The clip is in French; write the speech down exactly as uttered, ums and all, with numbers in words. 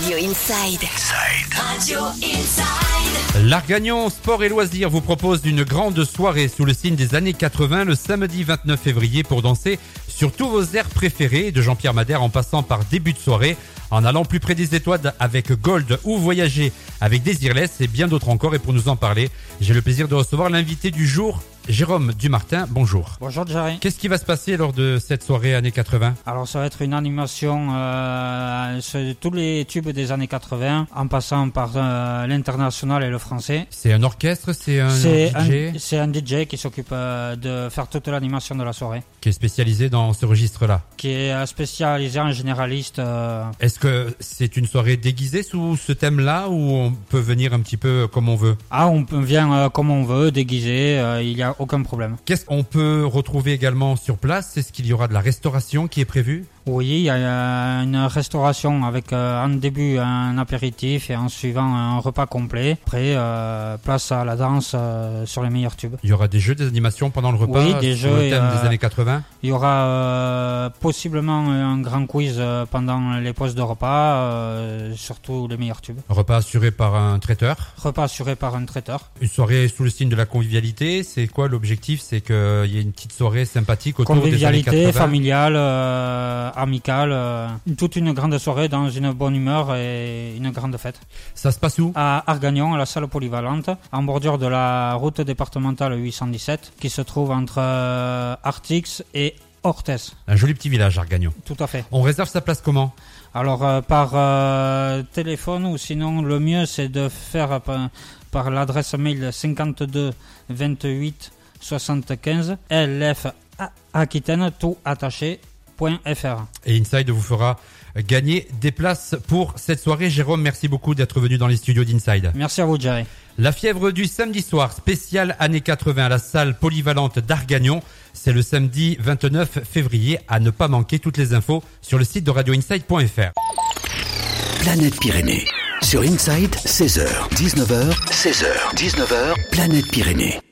Radio Inside. Inside. Radio Inside. L'Argagnon Sport et Loisirs vous propose une grande soirée sous le signe des années quatre-vingts le samedi vingt-neuf février pour danser sur tous vos airs préférés, de Jean-Pierre Madère en passant par début de soirée, en allant plus près des étoiles avec Gold ou voyager avec Désirless et bien d'autres encore. Et pour nous en parler, j'ai le plaisir de recevoir l'invité du jour, Jérôme Dumartin. Bonjour. Bonjour Jerry. Qu'est-ce qui va se passer lors de cette soirée années quatre-vingts? Alors ça va être une animation euh, sur tous les tubes des années quatre-vingts, en passant par euh, l'international et le français. C'est un orchestre, c'est un C'est D J un, c'est un D J qui s'occupe euh, de faire toute l'animation de la soirée, qui est spécialisé dans ce registre-là. qui est euh, spécialisé en généraliste. Euh, Est-ce que c'est une soirée déguisée sous ce thème-là ou on peut venir un petit peu comme on veut? Ah, on peut- vient euh, comme on veut, déguisé, euh, il n'y a aucun problème. Qu'est-ce qu'on peut retrouver également sur place? Est-ce qu'il y aura de la restauration qui est prévue? Oui, il y a euh, une restauration avec euh, en début un apéritif et en suivant un repas complet. Après, euh, place à la danse euh, sur les meilleurs tubes. Il y aura des jeux, des animations pendant le repas Oui, des sur jeux le et, thème euh, des années quatre-vingts? Il y aura euh, possiblement un grand quiz euh, pendant les pauses de repas, euh, surtout les meilleurs tubes. Repas assuré par un traiteur. Repas assuré par un traiteur. Une soirée sous le signe de la convivialité. C'est quoi l'objectif? C'est qu'il y ait une petite soirée sympathique autour des années Convivialité, quatre-vingts. familiale, euh, amicale, euh, toute une grande soirée dans une bonne humeur et une grande fête. Ça se passe où? À Argagnon, à la salle polyvalente, en bordure de la route départementale huit cent dix-sept, qui se trouve entre euh, Artix et Orthez. Un joli petit village, Argagnon. Tout à fait. On réserve sa place comment? Alors euh, par euh, téléphone, ou sinon le mieux c'est de faire par, par l'adresse mail cinquante-deux vingt-huit soixante-quinze L F Aquitaine tout attaché point F R. Et Inside vous fera gagner des places pour cette soirée. Jérôme, merci beaucoup d'être venu dans les studios d'Inside. Merci à vous Jerry. La fièvre du samedi soir, spéciale années quatre-vingts à la salle polyvalente d'Argagnon. C'est le samedi vingt-neuf février, à ne pas manquer. Toutes les infos sur le site de radio inside point F R. Planète Pyrénées. Sur Inside, seize heures, dix-neuf heures, seize heures, dix-neuf heures, Planète Pyrénées.